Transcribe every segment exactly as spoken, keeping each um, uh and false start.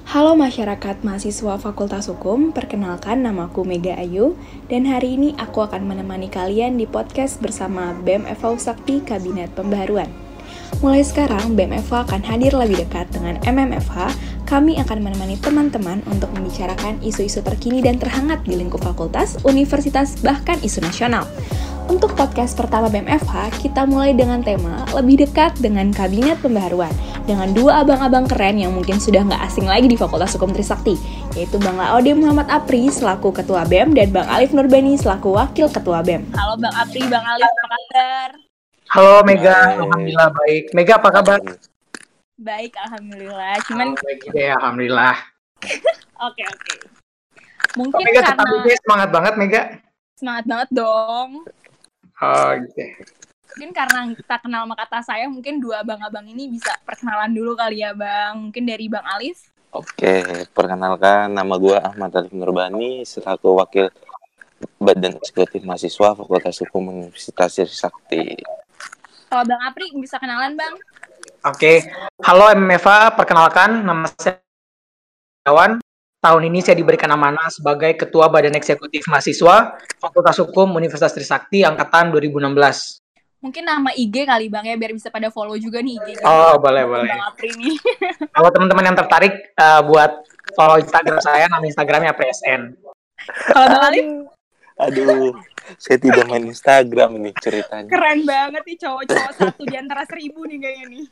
Halo masyarakat mahasiswa Fakultas Hukum, perkenalkan namaku Mega Ayu, dan hari ini aku akan menemani kalian di podcast bersama B M F A Unsakti Kabinet Pembaharuan. Mulai sekarang, B M F A akan hadir lebih dekat dengan M M F H. Kami akan menemani teman-teman untuk membicarakan isu-isu terkini dan terhangat di lingkup fakultas, universitas, bahkan isu nasional. Untuk podcast pertama B M F H, kita mulai dengan tema lebih dekat dengan Kabinet Pembaharuan, dengan dua abang-abang keren yang mungkin sudah nggak asing lagi di Fakultas Hukum Trisakti, yaitu Bang Laode Muhammad Apri selaku Ketua B E M dan Bang Alif Nurbani selaku Wakil Ketua B E M. Halo Bang Apri, Bang Alif, apa kabar? Halo Mega, alhamdulillah baik. Mega apa kabar? Baik, alhamdulillah. Cuman oh, baik ya, alhamdulillah. Oke, oke. Mungkin oh, Mega karena tetap semangat banget Mega. Semangat banget dong. Oh, gitu. Mungkin karena kita kenal sama kata saya, mungkin dua abang-abang ini bisa perkenalan dulu kali ya Bang. Mungkin dari Bang Alif. Oke, perkenalkan nama gue Ahmad Alif Nurbani selaku Wakil Badan Eksekutif Mahasiswa Fakultas Hukum Universitas Trisakti. Kalau Bang Apri bisa kenalan Bang? Oke, halo M M F A, perkenalkan nama saya Kawan. Tahun ini saya diberikan amanah sebagai Ketua Badan Eksekutif Mahasiswa Fakultas Hukum Universitas Trisakti Angkatan dua ribu enam belas. Mungkin nama I G kali Bang ya, biar bisa pada follow juga nih I G. Oh, boleh, boleh. Bang Apri nih. Kalau teman-teman yang tertarik uh, buat follow Instagram saya, nama Instagramnya P S N. Kalau Bang Alif? Aduh, saya tidak main Instagram nih ceritanya. Keren banget nih cowok-cowok satu di antara seribu nih kayaknya nih.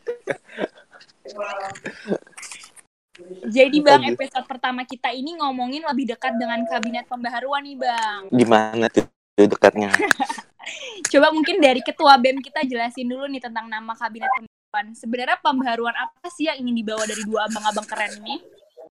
Jadi Bang, episode pertama kita ini ngomongin lebih dekat dengan Kabinet Pembaharuan nih Bang. Gimana tuh dekatnya? Coba mungkin dari Ketua B E M kita jelasin dulu nih tentang nama Kabinet Pembaharuan. Sebenarnya pembaharuan apa sih yang ingin dibawa dari dua abang-abang keren ini?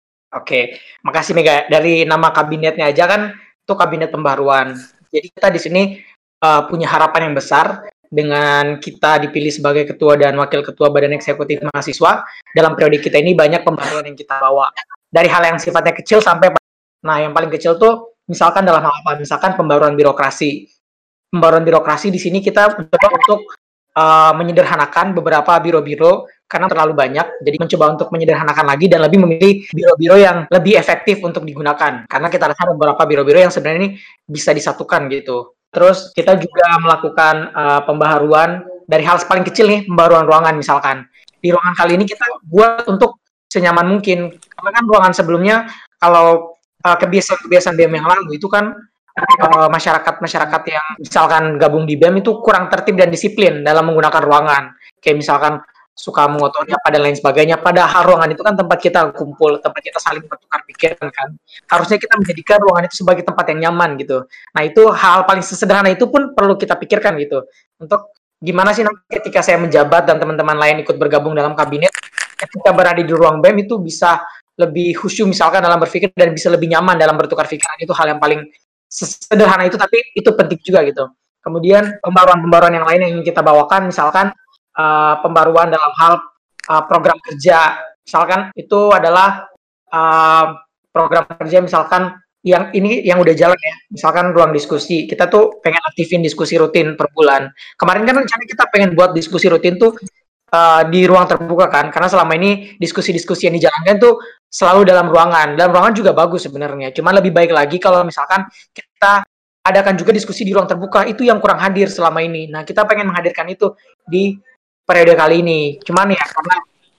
Oke, makasih Mega. Dari nama kabinetnya aja kan, itu Kabinet Pembaharuan. Jadi kita di sini uh, punya harapan yang besar dengan kita dipilih sebagai ketua dan wakil ketua Badan Eksekutif Mahasiswa. Dalam periode kita ini banyak pembaharuan yang kita bawa. Dari hal yang sifatnya kecil sampai, nah yang paling kecil tuh misalkan dalam hal apa? Misalkan pembaruan birokrasi. Pembaruan birokrasi di sini kita mencoba untuk uh, menyederhanakan beberapa biro-biro karena terlalu banyak. Jadi mencoba untuk menyederhanakan lagi dan lebih memilih biro-biro yang lebih efektif untuk digunakan. Karena kita rasa beberapa biro-biro yang sebenarnya ini bisa disatukan gitu. Terus kita juga melakukan uh, pembaharuan dari hal paling kecil nih, pembaharuan ruangan misalkan. Di ruangan kali ini kita buat untuk senyaman mungkin. Karena kan ruangan sebelumnya kalau uh, kebiasaan-kebiasaan B E M yang lalu itu kan uh, masyarakat-masyarakat yang misalkan gabung di B E M itu kurang tertib dan disiplin dalam menggunakan ruangan. Kayak misalkan suka mengotornya pada lain sebagainya. Padahal ruangan itu kan tempat kita kumpul, tempat kita saling bertukar pikiran kan. Harusnya kita menjadikan ruangan itu sebagai tempat yang nyaman gitu. Nah itu hal paling sesederhana itu pun perlu kita pikirkan gitu. Untuk gimana sih nanti ketika saya menjabat dan teman-teman lain ikut bergabung dalam kabinet, ketika berada di ruang B E M itu bisa lebih khusyuk misalkan dalam berpikir dan bisa lebih nyaman dalam bertukar pikiran. Itu hal yang paling sederhana itu, tapi itu penting juga gitu. Kemudian pembaruan-pembaruan yang lain yang ingin kita bawakan misalkan Uh, pembaruan dalam hal uh, program kerja, misalkan itu adalah uh, program kerja misalkan yang ini yang udah jalan ya, misalkan ruang diskusi, kita tuh pengen aktifin diskusi rutin per bulan. Kemarin kan rencana kita pengen buat diskusi rutin tuh uh, di ruang terbuka kan, karena selama ini diskusi-diskusi yang dijalankan tuh selalu dalam ruangan. Dalam ruangan juga bagus sebenarnya, cuma lebih baik lagi kalau misalkan kita adakan juga diskusi di ruang terbuka, itu yang kurang hadir selama ini. Nah kita pengen menghadirkan itu di periode kali ini, cuman ya karena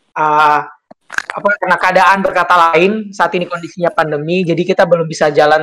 uh, apa karena keadaan berkata lain saat ini kondisinya pandemi, jadi kita belum bisa jalan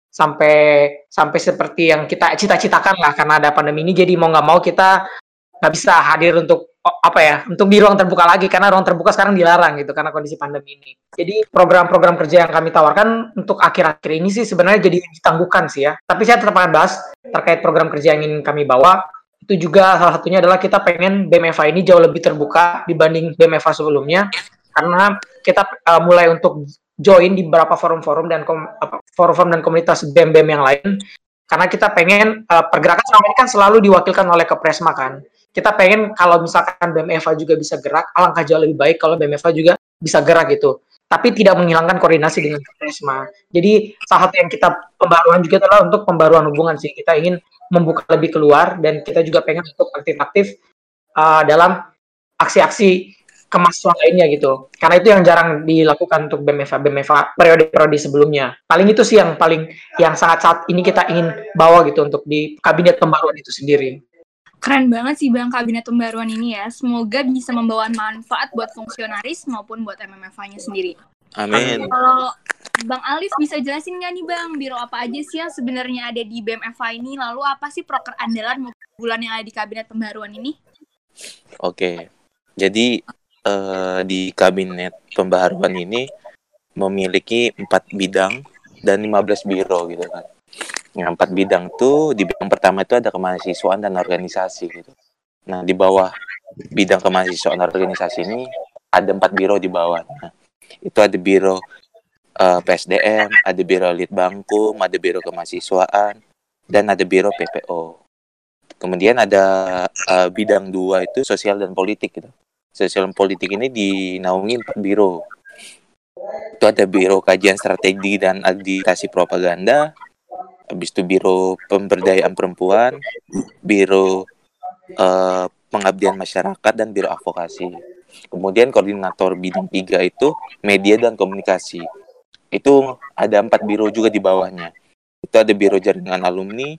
sampai sampai seperti yang kita cita-citakan lah karena ada pandemi ini. Jadi mau nggak mau kita nggak bisa hadir untuk apa ya untuk di ruang terbuka lagi karena ruang terbuka sekarang dilarang gitu karena kondisi pandemi ini. Jadi program-program kerja yang kami tawarkan untuk akhir-akhir ini sih sebenarnya jadi ditangguhkan sih ya. Tapi saya tetap akan bahas terkait program kerja yang ingin kami bawa. Itu juga salah satunya adalah kita pengen B M F A ini jauh lebih terbuka dibanding B M F A sebelumnya karena kita uh, mulai untuk join di beberapa forum-forum dan kom- forum-forum dan komunitas B E M-B E M yang lain karena kita pengen uh, pergerakan selama ini kan selalu diwakilkan oleh Kepresma kan. Kita pengen kalau misalkan B M F A juga bisa gerak, alangkah jauh lebih baik kalau B M F A juga bisa gerak gitu. Tapi tidak menghilangkan koordinasi dengan Kepresma. Jadi salah satu yang kita pembaruan juga adalah untuk pembaruan hubungan sih. Kita ingin membuka lebih keluar dan kita juga pengen untuk aktif-aktif uh, dalam aksi-aksi ke mahasiswa lainnya gitu. Karena itu yang jarang dilakukan untuk B M F A B M F A periode-periode sebelumnya. Paling itu sih yang paling yang sangat saat ini kita ingin bawa gitu untuk di kabinet pembaruan itu sendiri. Keren banget sih Bang kabinet pembaruan ini ya. Semoga bisa membawa manfaat buat fungsionaris maupun buat M M F A-nya sendiri. Amin. Kalau Bang Alif bisa jelasin nggak nih Bang, biro apa aja sih yang sebenarnya ada di B M F A ini? Lalu apa sih proker andalan maupun bulan yang ada di kabinet pembaruan ini? Oke, jadi eh, di kabinet pembaharuan ini memiliki empat bidang dan lima belas biro gitu kan. Yang empat bidang tuh, di bidang pertama itu ada kemahasiswaan dan organisasi gitu. Nah, di bawah bidang kemahasiswaan dan organisasi ini ada empat biro di bawah. Nah, itu ada biro uh, P S D M, ada biro Litbangkum, ada biro kemahasiswaan, dan ada biro P P O. Kemudian ada uh, bidang dua itu sosial dan politik gitu. Sosial dan politik ini dinaungi empat biro. Itu ada biro kajian strategi dan agitasi propaganda, habis itu biro pemberdayaan perempuan, biro uh, pengabdian masyarakat, dan biro advokasi. Kemudian koordinator bidang tiga itu media dan komunikasi. Itu ada empat biro juga di bawahnya. Itu ada biro jaringan alumni,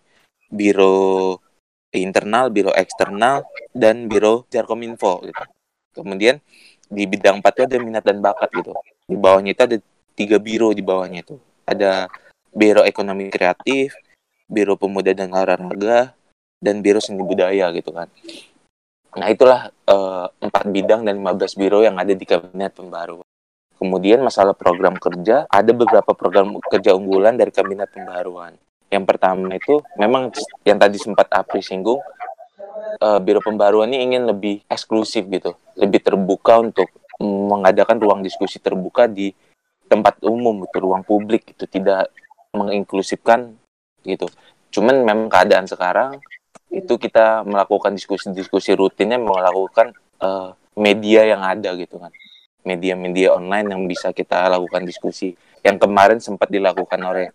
biro internal, biro eksternal, dan biro Jarkominfo gitu. Kemudian di bidang empat itu ada minat dan bakat gitu. Di bawahnya itu ada tiga biro di bawahnya itu. Ada biro ekonomi kreatif, biro pemuda dan olahraga, dan biro seni budaya gitu kan. Nah itulah uh, empat bidang dan lima belas biro yang ada di kabinet pembaruan. Kemudian masalah program kerja, ada beberapa program kerja unggulan dari kabinet pembaruan. Yang pertama itu memang yang tadi sempat Apri singgung, uh, biro pembaruan ini ingin lebih eksklusif gitu, lebih terbuka untuk mengadakan ruang diskusi terbuka di tempat umum gitu, ruang publik gitu, tidak menginklusifkan gitu. Cuman memang keadaan sekarang itu kita melakukan diskusi-diskusi rutinnya melakukan uh, media yang ada gitu kan, media-media online yang bisa kita lakukan diskusi. Yang kemarin sempat dilakukan oleh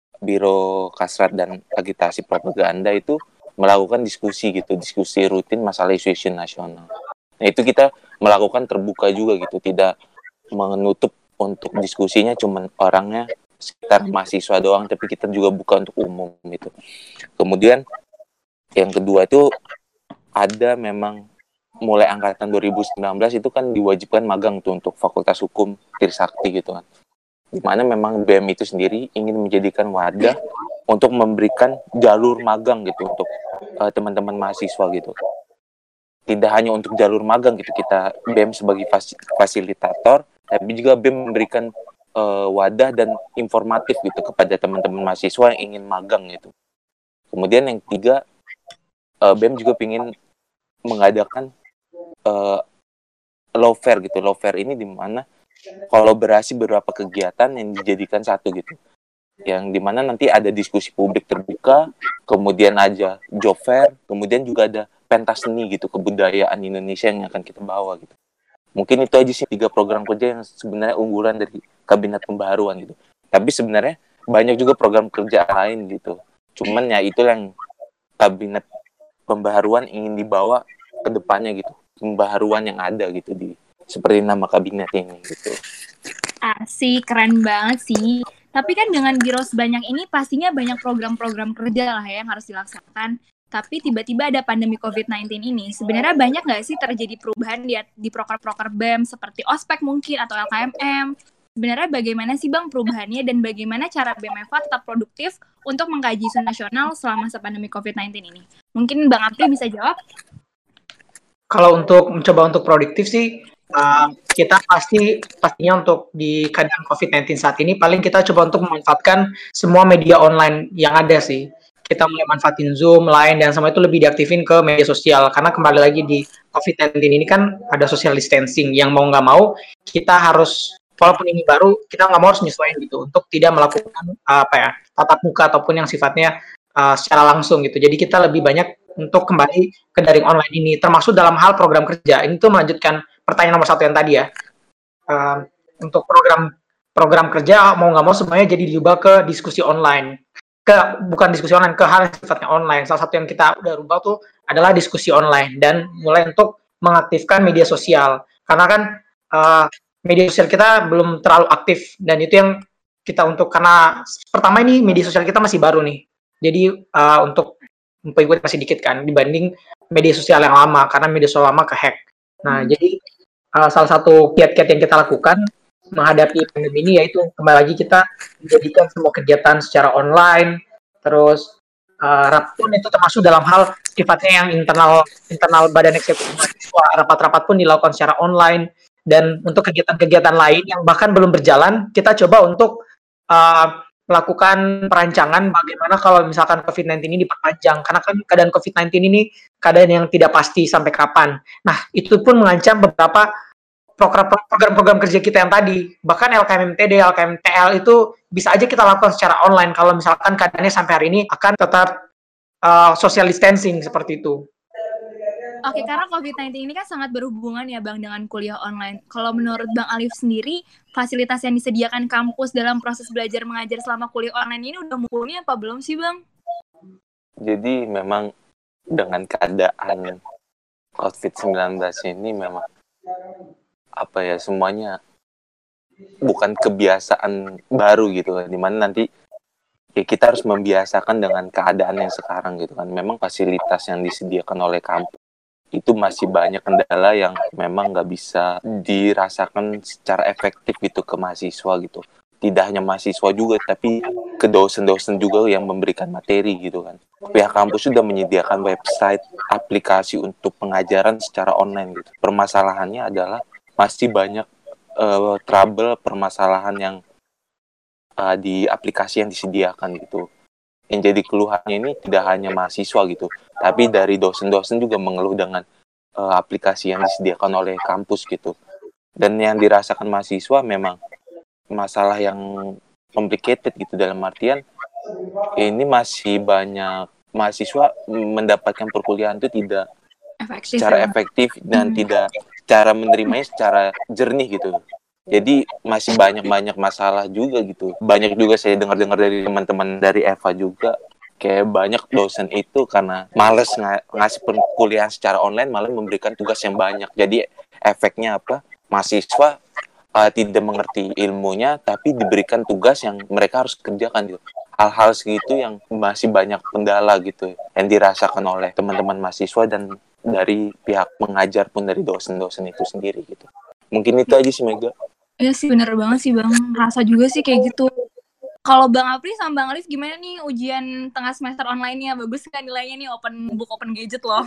Biro Kasrat dan Agitasi Propaganda itu melakukan diskusi gitu, diskusi rutin masalah isu-isu nasional. Nah itu kita melakukan terbuka juga gitu, tidak menutup untuk diskusinya cuman orangnya sekitar mahasiswa doang, tapi kita juga buka untuk umum gitu. Kemudian yang kedua itu ada memang mulai angkatan dua ribu sembilan belas itu kan diwajibkan magang tuh untuk Fakultas Hukum Trisakti gitu kan. Dimana memang B E M itu sendiri ingin menjadikan wadah untuk memberikan jalur magang gitu untuk uh, teman-teman mahasiswa gitu. Tidak hanya untuk jalur magang gitu, kita B E M sebagai fas- fasilitator, tapi juga B E M memberikan uh, wadah dan informatif gitu kepada teman-teman mahasiswa yang ingin magang gitu. Kemudian yang ketiga, uh, B E M juga ingin mengadakan uh, law fair gitu. Law fair ini di mana kolaborasi beberapa kegiatan yang dijadikan satu gitu, yang dimana nanti ada diskusi publik terbuka, kemudian aja job fair, kemudian juga ada pentas seni gitu, kebudayaan Indonesia yang akan kita bawa gitu. Mungkin itu aja sih tiga program kerja yang sebenarnya unggulan dari kabinet pembaruan gitu. Tapi sebenarnya banyak juga program kerja lain gitu, cuman ya itu yang kabinet pembaharuan ingin dibawa ke depannya gitu, pembaharuan yang ada gitu di seperti nama kabinet ini gitu. Asik, keren banget sih. Tapi kan dengan biro sebanyak ini pastinya banyak program-program kerja lah ya yang harus dilaksanakan. Tapi tiba-tiba ada pandemi covid sembilan belas ini. Sebenarnya banyak nggak sih terjadi perubahan di, di proker-proker B E M seperti ospek mungkin atau L K M M? Sebenarnya bagaimana sih Bang perubahannya dan bagaimana cara B M F A tetap produktif untuk mengkaji isu nasional selama masa pandemi covid sembilan belas ini? Mungkin Bang Apri bisa jawab? Kalau untuk mencoba untuk produktif sih, Uh, kita pasti pastinya untuk di keadaan covid sembilan belas saat ini paling kita coba untuk memanfaatkan semua media online yang ada sih. Kita mulai manfaatin Zoom, Line, dan semua itu lebih diaktifin ke media sosial. Karena kembali lagi di covid sembilan belas ini kan ada social distancing yang mau nggak mau kita harus, walaupun ini baru, kita nggak mau harus nyesuaiin gitu untuk tidak melakukan uh, apa ya tatap muka ataupun yang sifatnya uh, secara langsung gitu. Jadi kita lebih banyak untuk kembali ke daring online ini, termasuk dalam hal program kerja. Ini tuh melanjutkan pertanyaan nomor satu yang tadi ya, uh, untuk program program kerja mau nggak mau semuanya jadi diubah ke diskusi online, ke bukan diskusi online, ke hal yang sifatnya online. Salah satu yang kita udah rubah tuh adalah diskusi online dan mulai untuk mengaktifkan media sosial, Karena kan uh, media sosial kita belum terlalu aktif, dan itu yang kita untuk, karena pertama ini media sosial kita masih baru nih. Jadi uh, untuk pengikut masih dikit kan dibanding media sosial yang lama, karena media sosial lama kehack. Nah, hmm. jadi uh, salah satu kiat-kiat yang kita lakukan menghadapi pandemi ini yaitu kembali lagi kita menjadikan semua kegiatan secara online, terus uh, pun itu termasuk dalam hal sifatnya yang internal internal badan eksekutif mahasiswa, rapat-rapat pun dilakukan secara online, dan untuk kegiatan-kegiatan lain yang bahkan belum berjalan kita coba untuk uh, melakukan perancangan bagaimana kalau misalkan covid sembilan belas ini diperpanjang, karena kan keadaan covid sembilan belas ini keadaan yang tidak pasti sampai kapan. Nah, itu pun mengancam beberapa program-program kerja kita yang tadi. Bahkan L K M T D, L K M T L itu bisa aja kita lakukan secara online kalau misalkan keadaannya sampai hari ini akan tetap uh, social distancing seperti itu. Oke, karena covid sembilan belas ini kan sangat berhubungan ya Bang dengan kuliah online. Kalau menurut Bang Alif sendiri, fasilitas yang disediakan kampus dalam proses belajar mengajar selama kuliah online ini udah mumpuni apa belum sih Bang? Jadi memang dengan keadaan covid sembilan belas ini memang apa ya, semuanya bukan kebiasaan baru gitu kan, dimana nanti ya kita harus membiasakan dengan keadaan yang sekarang gitu kan. Memang fasilitas yang disediakan oleh kampus itu masih banyak kendala yang memang nggak bisa dirasakan secara efektif gitu ke mahasiswa gitu. Tidak hanya mahasiswa juga, tapi ke dosen-dosen juga yang memberikan materi gitu kan. Pihak kampus sudah menyediakan website, aplikasi untuk pengajaran secara online gitu. Permasalahannya adalah masih banyak uh, trouble, permasalahan yang uh, di aplikasi yang disediakan gitu. Yang jadi keluhannya ini tidak hanya mahasiswa gitu, tapi dari dosen-dosen juga mengeluh dengan uh, aplikasi yang disediakan oleh kampus gitu. Dan yang dirasakan mahasiswa memang masalah yang complicated gitu, dalam artian ini masih banyak mahasiswa mendapatkan perkuliahan itu tidak efektif, secara ya. efektif dan hmm. tidak cara menerimanya secara jernih gitu. Jadi masih banyak-banyak masalah juga gitu. Banyak juga saya dengar-dengar dari teman-teman dari Eva juga, kayak banyak dosen itu karena males ng- ngasih perkuliahan secara online malah memberikan tugas yang banyak. Jadi efeknya apa? Mahasiswa uh, tidak mengerti ilmunya tapi diberikan tugas yang mereka harus kerjakan gitu. Hal-hal segitu yang masih banyak kendala gitu yang dirasakan oleh teman-teman mahasiswa dan dari pihak mengajar pun dari dosen-dosen itu sendiri gitu. Mungkin itu aja sih Mega. Iya sih, bener banget sih Bang. Rasa juga sih kayak gitu. Kalau Bang Apri sama Bang Alif gimana nih ujian tengah semester online-nya? Bagus kan nilainya nih, open book, open gadget loh.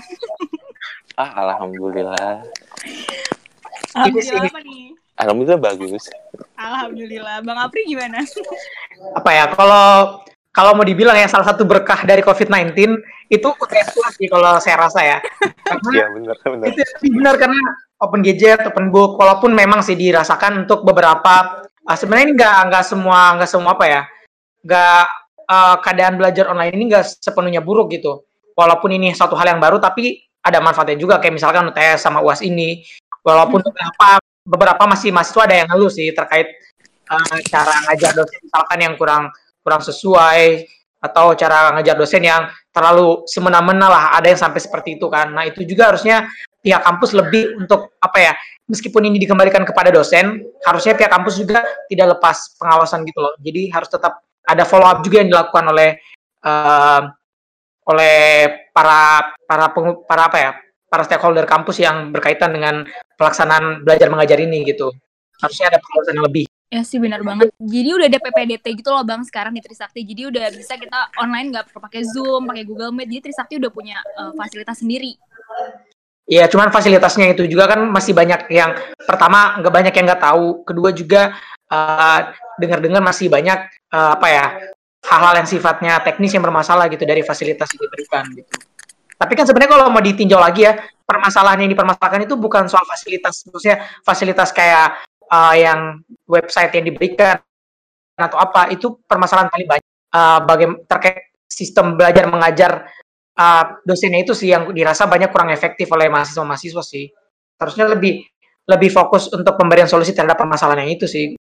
Ah, alhamdulillah. Alhamdulillah apa nih? Alhamdulillah bagus. Alhamdulillah. Bang Apri gimana? Apa ya, kalau kalau mau dibilang ya salah satu berkah dari covid sembilan belas itu U T S sih kalau saya rasa ya. Karena ya, benar, benar. Itu benar karena open gadget, open book, walaupun memang sih dirasakan untuk beberapa uh, sebenarnya ini nggak nggak semua nggak semua apa ya, nggak uh, keadaan belajar online ini nggak sepenuhnya buruk gitu. Walaupun ini satu hal yang baru, tapi ada manfaatnya juga kayak misalkan U T S sama U A S ini. Walaupun beberapa beberapa masih mahasiswa ada yang ngeluh sih terkait uh, cara ngajar dosen misalkan yang kurang kurang sesuai, atau cara ngajar dosen yang terlalu semena-mena lah, ada yang sampai seperti itu kan. Nah itu juga harusnya pihak kampus lebih untuk apa ya, meskipun ini dikembalikan kepada dosen, harusnya pihak kampus juga tidak lepas pengawasan gitu loh. Jadi harus tetap ada follow up juga yang dilakukan oleh uh, oleh para para pengu, para apa ya, para stakeholder kampus yang berkaitan dengan pelaksanaan belajar mengajar ini gitu. Harusnya ada pengawasan yang lebih. Ya sih benar banget. Jadi udah ada P P D T gitu loh Bang sekarang di Trisakti. Jadi udah bisa kita online nggak perlu pakai Zoom, pakai Google Meet. Jadi Trisakti udah punya uh, fasilitas sendiri. Iya, cuman fasilitasnya itu juga kan masih banyak yang pertama nggak banyak yang nggak tahu. Kedua juga uh, dengar-dengar masih banyak uh, apa ya, hal-hal yang sifatnya teknis yang bermasalah gitu dari fasilitas yang diberikan gitu. Tapi kan sebenarnya kalau mau ditinjau lagi ya, permasalahan yang dipermasalahkan itu bukan soal fasilitas, maksudnya fasilitas kayak Uh, yang website yang diberikan atau apa, itu permasalahan paling banyak uh, bagaimana terkait sistem belajar mengajar uh, dosennya itu sih yang dirasa banyak kurang efektif oleh mahasiswa-mahasiswa sih. Harusnya lebih lebih fokus untuk pemberian solusi terhadap permasalahan yang itu sih.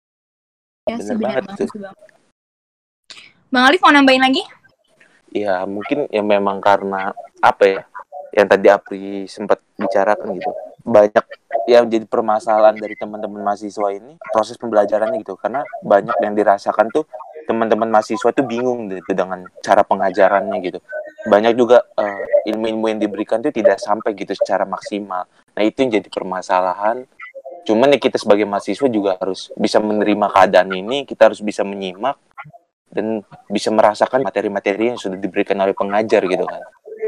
Ya sih benar banget sih Bang. Bang Alif mau nambahin lagi? Ya mungkin ya memang karena apa ya, yang tadi Apri sempat bicarakan gitu, banyak yang jadi permasalahan dari teman-teman mahasiswa ini proses pembelajarannya gitu, karena banyak yang dirasakan tuh teman-teman mahasiswa tuh bingung gitu dengan cara pengajarannya gitu. Banyak juga uh, ilmu-ilmu yang diberikan tuh tidak sampai gitu secara maksimal. Nah itu yang jadi permasalahan. Cuman ya kita sebagai mahasiswa juga harus bisa menerima keadaan ini, kita harus bisa menyimak dan bisa merasakan materi-materi yang sudah diberikan oleh pengajar gitu kan.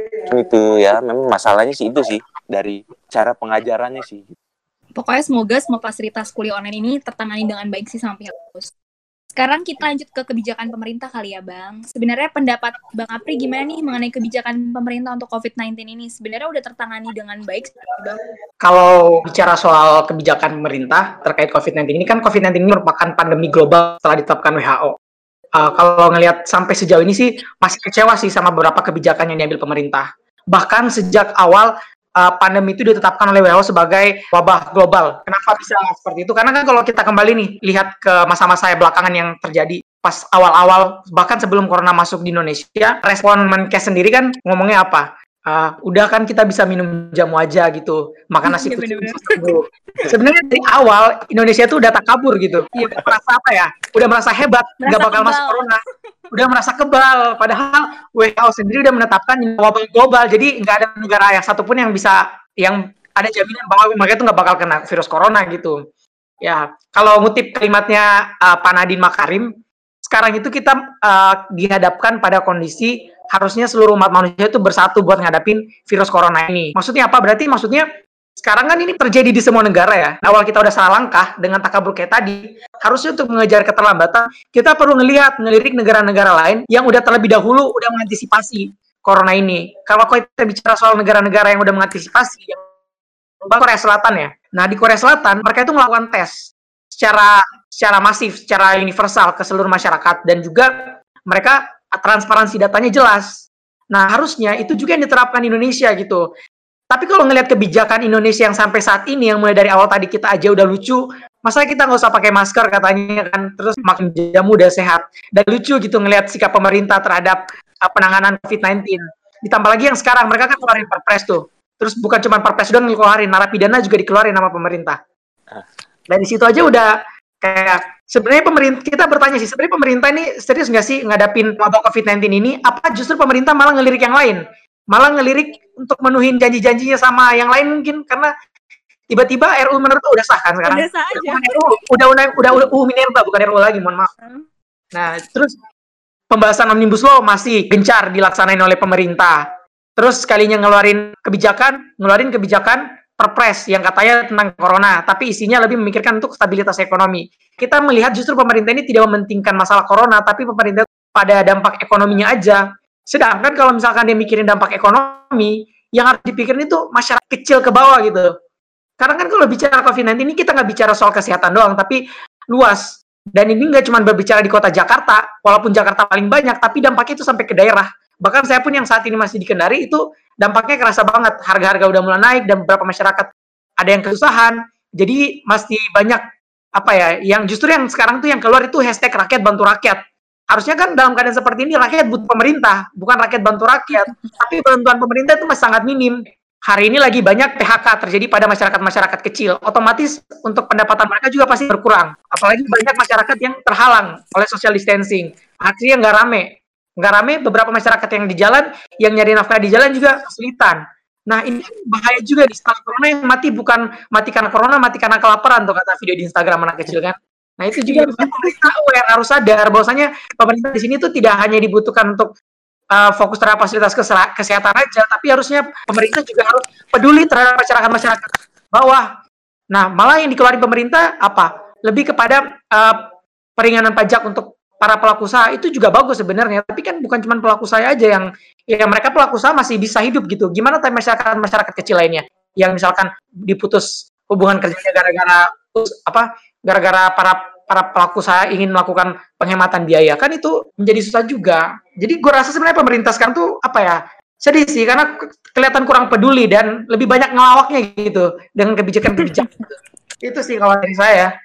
Itu ya, memang masalahnya sih itu sih dari cara pengajarannya sih. Pokoknya semoga semua fasilitas kuliah online ini tertangani dengan baik sih sampai kampus. Sekarang kita lanjut ke kebijakan pemerintah kali ya Bang. Sebenarnya pendapat Bang Apri gimana nih mengenai kebijakan pemerintah untuk covid sembilan belas ini? Sebenarnya udah tertangani dengan baik sih Bang? Kalau bicara soal kebijakan pemerintah terkait covid sembilan belas ini kan covid sembilan belas ini merupakan pandemi global setelah ditetapkan W H O. Uh, kalau ngelihat sampai sejauh ini sih masih kecewa sih sama beberapa kebijakan yang diambil pemerintah. Bahkan sejak awal uh, pandemi itu ditetapkan oleh W H O sebagai wabah global. Kenapa bisa seperti itu? Karena kan kalau kita kembali nih lihat ke masa-masa belakangan yang terjadi pas awal-awal bahkan sebelum corona masuk di Indonesia, respon Menkes sendiri kan ngomongnya apa? Uh, udah kan kita bisa minum jamu aja gitu, makan nasi kucing bisa sembuh. Sebenarnya dari awal Indonesia tuh udah takabur gitu, ya, merasa apa ya, udah merasa hebat, nggak bakal kebal. Masuk corona, udah merasa kebal. Padahal W H O sendiri udah menetapkan wabah global, jadi nggak ada negara yang satupun yang bisa, yang ada jaminan bahwa mereka tuh nggak bakal kena virus corona gitu. Ya, kalau ngutip kalimatnya uh, Pak Nadiem Makarim, sekarang itu kita uh, dihadapkan pada kondisi harusnya seluruh umat manusia itu bersatu buat ngadapin virus corona ini. Maksudnya apa? Berarti maksudnya sekarang kan ini terjadi di semua negara ya. Awal kita udah salah langkah dengan takabur kayak tadi. Harusnya untuk mengejar keterlambatan, kita perlu ngelihat, ngelirik negara-negara lain yang udah terlebih dahulu udah mengantisipasi corona ini. Kalau kita bicara soal negara-negara yang udah mengantisipasi, yang Korea Selatan ya. Nah di Korea Selatan mereka itu melakukan tes secara secara masif, secara universal ke seluruh masyarakat dan juga mereka transparansi datanya jelas. Nah, harusnya itu juga yang diterapkan di Indonesia gitu. Tapi kalau ngelihat kebijakan Indonesia yang sampai saat ini, yang mulai dari awal tadi kita aja udah lucu, masa kita nggak usah pakai masker katanya kan, terus makin jamu udah sehat. Dan lucu gitu ngelihat sikap pemerintah terhadap uh, penanganan covid sembilan belas. Ditambah lagi yang sekarang, mereka kan keluarin perpres tuh. Terus bukan cuma perpres doang dikeluarin, narapidana juga dikeluarin sama pemerintah. Dari situ aja udah kayak sebenarnya pemerintah, kita bertanya sih, sebenarnya pemerintah ini serius nggak sih ngadapin wabah covid sembilan belas ini? Apa justru pemerintah malah ngelirik yang lain? Malah ngelirik untuk menuhin janji-janjinya sama yang lain mungkin, karena tiba-tiba R U Minerba udah sah kan sekarang? Udah sah aja. R U, udah, udah, udah, udah U Minerba, bukan R U lagi, mohon maaf. Hmm. Nah, terus pembahasan Omnibus Law masih gencar dilaksanain oleh pemerintah. Terus sekalinya ngeluarin kebijakan, ngeluarin kebijakan perpres yang katanya tentang corona, tapi isinya lebih memikirkan untuk stabilitas ekonomi. Kita melihat justru pemerintah ini tidak mementingkan masalah corona, tapi pemerintah pada dampak ekonominya aja. Sedangkan kalau misalkan dia mikirin dampak ekonomi, yang harus dipikirin itu masyarakat kecil ke bawah gitu. Karena kan kalau bicara covid sembilan belas ini kita nggak bicara soal kesehatan doang, tapi luas. Dan ini nggak cuma berbicara di kota Jakarta, walaupun Jakarta paling banyak, tapi dampaknya itu sampai ke daerah. Bahkan saya pun yang saat ini masih di Kendari itu dampaknya kerasa banget. Harga-harga udah mulai naik dan beberapa masyarakat ada yang kesusahan. Jadi masih banyak apa ya, yang justru yang sekarang tuh yang keluar itu hashtag rakyat bantu rakyat. Harusnya kan dalam keadaan seperti ini rakyat butuh pemerintah, bukan rakyat bantu rakyat. Tapi bantuan pemerintah itu masih sangat minim. Hari ini lagi banyak P H K terjadi pada masyarakat-masyarakat kecil. Otomatis untuk pendapatan mereka juga pasti berkurang. Apalagi banyak masyarakat yang terhalang oleh social distancing. Akhirnya nggak rame. Nggak rame, beberapa masyarakat yang di jalan, yang nyari nafkah di jalan juga kesulitan. Nah ini bahaya juga di setelah corona yang mati bukan mati karena corona, mati karena kelaparan tuh kata video di Instagram anak kecil kan. Nah itu juga pemerintah aware, harus sadar bahwasanya pemerintah di sini tuh tidak hanya dibutuhkan untuk uh, fokus terhadap fasilitas kesehatan aja, tapi harusnya pemerintah juga harus peduli terhadap masyarakat-masyarakat bawah. Nah malah yang dikeluarin pemerintah apa? Lebih kepada uh, peringanan pajak untuk para pelaku usaha itu juga bagus sebenarnya, tapi kan bukan cuma pelaku usaha aja yang ya mereka pelaku usaha masih bisa hidup gitu. Gimana tapi masyarakat masyarakat kecil lainnya yang misalkan diputus hubungan kerjanya gara-gara apa? Gara-gara para para pelaku usaha ingin melakukan penghematan biaya, kan itu menjadi susah juga. Jadi gue rasa sebenarnya pemerintah sekarang tuh apa ya? Sedih sih karena kelihatan kurang peduli dan lebih banyak ngelawaknya gitu dengan kebijakan-kebijakan. Itu sih kalau dari saya.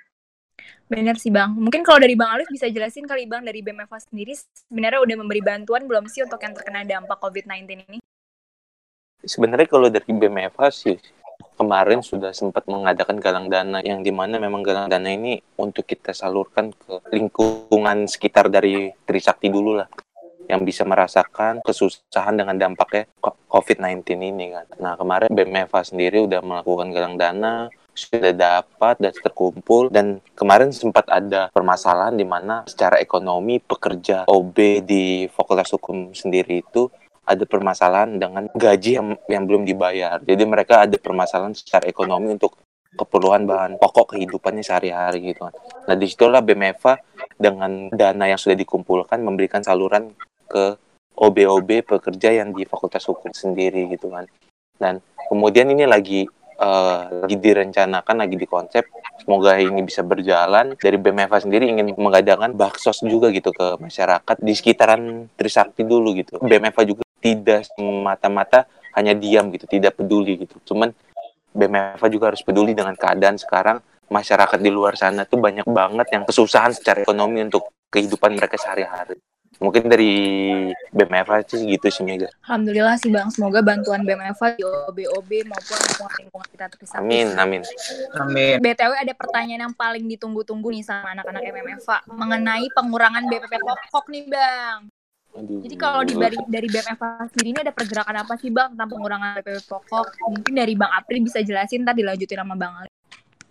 Benar sih Bang. Mungkin kalau dari Bang Alif bisa jelasin kali Bang, dari B M F A sendiri sebenarnya udah memberi bantuan belum sih untuk yang terkena dampak covid sembilan belas ini? Sebenarnya kalau dari B M F A sih kemarin sudah sempat mengadakan galang dana yang dimana memang galang dana ini untuk kita salurkan ke lingkungan sekitar dari Trisakti dulu lah, yang bisa merasakan kesusahan dengan dampaknya covid sembilan belas ini kan. Nah kemarin B M F A sendiri udah melakukan galang dana, sudah dapat dan terkumpul, dan kemarin sempat ada permasalahan di mana secara ekonomi pekerja O B di Fakultas Hukum sendiri itu ada permasalahan dengan gaji yang, yang belum dibayar. Jadi mereka ada permasalahan secara ekonomi untuk keperluan bahan pokok kehidupannya sehari-hari gitu kan. Nah disitulah B M F A dengan dana yang sudah dikumpulkan memberikan saluran ke O B-O B pekerja yang di Fakultas Hukum sendiri gitu kan. Dan kemudian ini lagi uh, lagi direncanakan, lagi dikonsep. Semoga ini bisa berjalan. Dari B M F A sendiri ingin mengadakan baksos juga gitu ke masyarakat di sekitaran Trisakti dulu gitu. B M F A juga tidak semata-mata hanya diam gitu, tidak peduli gitu. Cuman B M F A juga harus peduli dengan keadaan sekarang masyarakat di luar sana tuh banyak banget yang kesusahan secara ekonomi untuk kehidupan mereka sehari-hari. Mungkin dari B M F A sih gitu sih Mega. Alhamdulillah sih Bang, semoga bantuan B M F A di O B-O B maupun lingkungan-lingkungan kita Trisakti. Amin, amin. Amin. B T W ada pertanyaan yang paling ditunggu-tunggu nih sama anak-anak M M F A mengenai pengurangan B P P pokok nih Bang. Aduh. Jadi kalau di dari, dari B M F A sendiri ini ada pergerakan apa sih Bang tentang pengurangan B P P pokok? Mungkin dari Bang Apri bisa jelasin, ntar dilanjutin sama Bang Ali.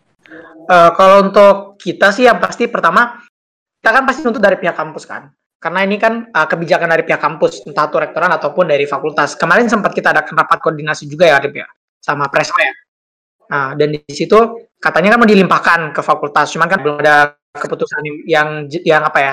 Uh, kalau untuk kita sih yang pasti pertama, kita kan pasti nuntut dari pihak kampus kan. Karena ini kan uh, kebijakan dari pihak kampus, entah itu rektoran ataupun dari fakultas. Kemarin sempat kita ada rapat koordinasi juga ya, Arif ya, sama Presma ya. Nah, dan di situ katanya kan mau dilimpahkan ke fakultas, cuman kan belum ada keputusan yang yang apa ya,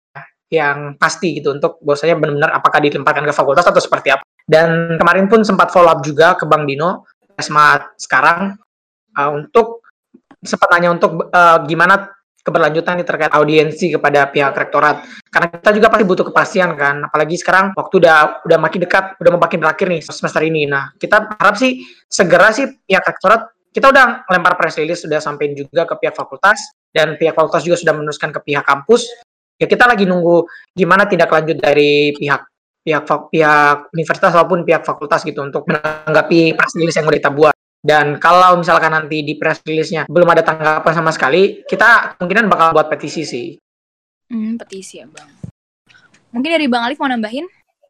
yang pasti gitu untuk bahwasanya benar-benar apakah dilimpahkan ke fakultas atau seperti apa. Dan kemarin pun sempat follow up juga ke Bang Dino, Presma sekarang uh, untuk sempat nanya untuk uh, gimana keberlanjutan nih terkait audiensi kepada pihak rektorat, karena kita juga pasti butuh kepastian kan, apalagi sekarang waktu udah udah makin dekat, udah mau makin berakhir nih semester ini. Nah kita harap sih segera sih pihak rektorat, kita udah lempar press release, sudah sampein juga ke pihak fakultas, dan pihak fakultas juga sudah meneruskan ke pihak kampus. Ya kita lagi nunggu gimana tindak lanjut dari pihak pihak pihak universitas maupun pihak fakultas gitu untuk menanggapi press release yang udah kita buat. Dan kalau misalkan nanti di press release-nya belum ada tanggapan sama sekali, kita kemungkinan bakal buat petisi sih. Hmm, petisi ya Bang. Mungkin dari Bang Alif mau nambahin?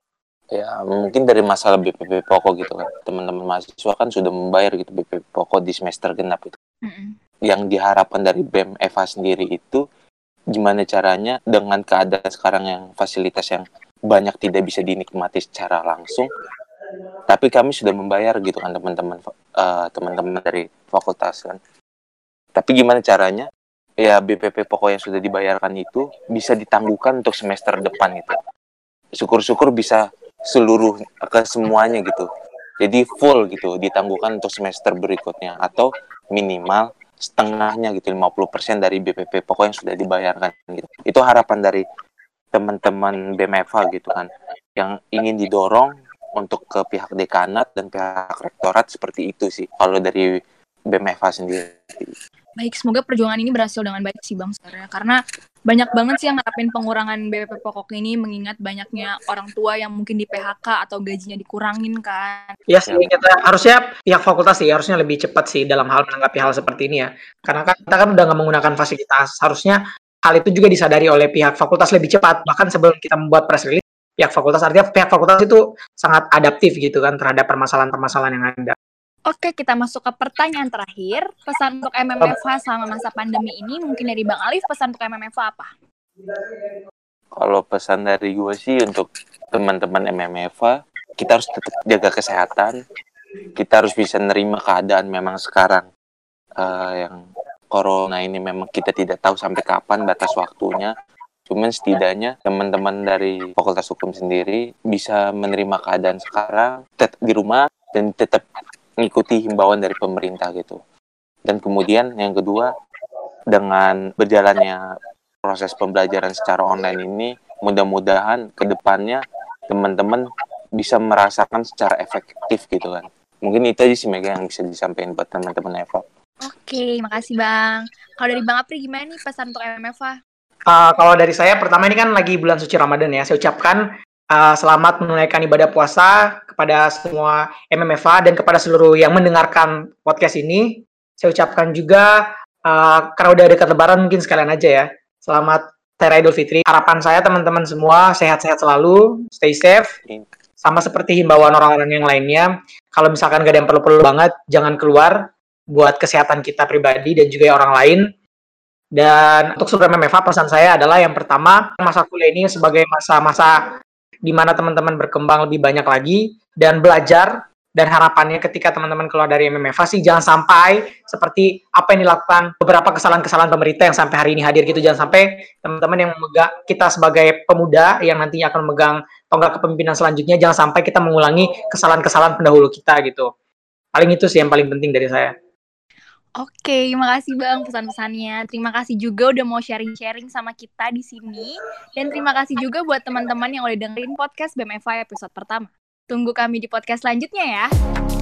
Ya mungkin dari masalah B P P pokok gitu kan, teman-teman mahasiswa kan sudah membayar gitu B P P pokok di semester genap itu. Mm-hmm. Yang diharapkan dari B M F A sendiri itu gimana caranya dengan keadaan sekarang yang fasilitas yang banyak tidak bisa dinikmati secara langsung, tapi kami sudah membayar gitu kan teman-teman uh, teman-teman dari fakultas kan. Tapi gimana caranya ya B P P pokok yang sudah dibayarkan itu bisa ditangguhkan untuk semester depan gitu. Syukur-syukur bisa seluruh ke semuanya gitu. Jadi full gitu ditangguhkan untuk semester berikutnya, atau minimal setengahnya gitu, lima puluh persen dari B P P pokok yang sudah dibayarkan gitu. Itu harapan dari teman-teman B M F A gitu kan, yang ingin didorong untuk ke pihak dekanat dan pihak rektorat seperti itu sih kalau dari B M F A sendiri. Baik, semoga perjuangan ini berhasil dengan baik sih Bang sebenarnya, karena banyak banget sih yang ngarepin pengurangan B P P pokok ini mengingat banyaknya orang tua yang mungkin di P H K atau gajinya dikurangin kan. Iya sih, kita harusnya pihak fakultas sih harusnya lebih cepat sih dalam hal menanggapi hal seperti ini ya. Karena kan kita kan udah nggak menggunakan fasilitas, harusnya hal itu juga disadari oleh pihak fakultas lebih cepat, bahkan sebelum kita membuat press release. Pihak fakultas, artinya pihak fakultas itu sangat adaptif gitu kan terhadap permasalahan-permasalahan yang ada. Oke, kita masuk ke pertanyaan terakhir. Pesan untuk M M F A selama masa pandemi ini, mungkin dari Bang Alif, pesan untuk M M F A apa? Kalau pesan dari gue sih untuk teman-teman M M F A, kita harus tetap jaga kesehatan. Kita harus bisa nerima keadaan memang sekarang uh, yang corona ini memang kita tidak tahu sampai kapan batas waktunya. Cuman setidaknya teman-teman dari Fakultas Hukum sendiri bisa menerima keadaan sekarang, tetap di rumah dan tetap mengikuti himbauan dari pemerintah gitu. Dan kemudian yang kedua, dengan berjalannya proses pembelajaran secara online ini, mudah-mudahan ke depannya teman-teman bisa merasakan secara efektif gitu kan. Mungkin itu aja sih Mega yang bisa disampaikan buat teman-teman Eva. Oke, makasih Bang. Kalau dari Bang Apri gimana nih pesan untuk M M F A? Uh, kalau dari saya, pertama ini kan lagi bulan suci Ramadan ya, saya ucapkan uh, selamat menunaikan ibadah puasa kepada semua M M F A dan kepada seluruh yang mendengarkan podcast ini. Saya ucapkan juga, uh, karena udah dekat lebaran mungkin sekalian aja ya. Selamat Hari Raya Idul Fitri. Harapan saya teman-teman semua sehat-sehat selalu, stay safe. Sama seperti himbauan orang-orang yang lainnya, kalau misalkan gak ada yang perlu-perlu banget, jangan keluar buat kesehatan kita pribadi dan juga orang lain. Dan untuk seluruh M M F A, pesan saya adalah yang pertama, masa kuliah ini sebagai masa-masa di mana teman-teman berkembang lebih banyak lagi dan belajar. Dan harapannya ketika teman-teman keluar dari M M F A sih jangan sampai seperti apa yang dilakukan beberapa kesalahan-kesalahan pemerintah yang sampai hari ini hadir gitu. Jangan sampai teman-teman yang memegang, kita sebagai pemuda yang nantinya akan memegang tonggak kepemimpinan selanjutnya, jangan sampai kita mengulangi kesalahan-kesalahan pendahulu kita gitu. Paling itu sih yang paling penting dari saya. Oke, makasih Bang pesan-pesannya. Terima kasih juga udah mau sharing-sharing sama kita di sini. Dan terima kasih juga buat teman-teman yang udah dengerin podcast B M F A episode pertama. Tunggu kami di podcast selanjutnya ya.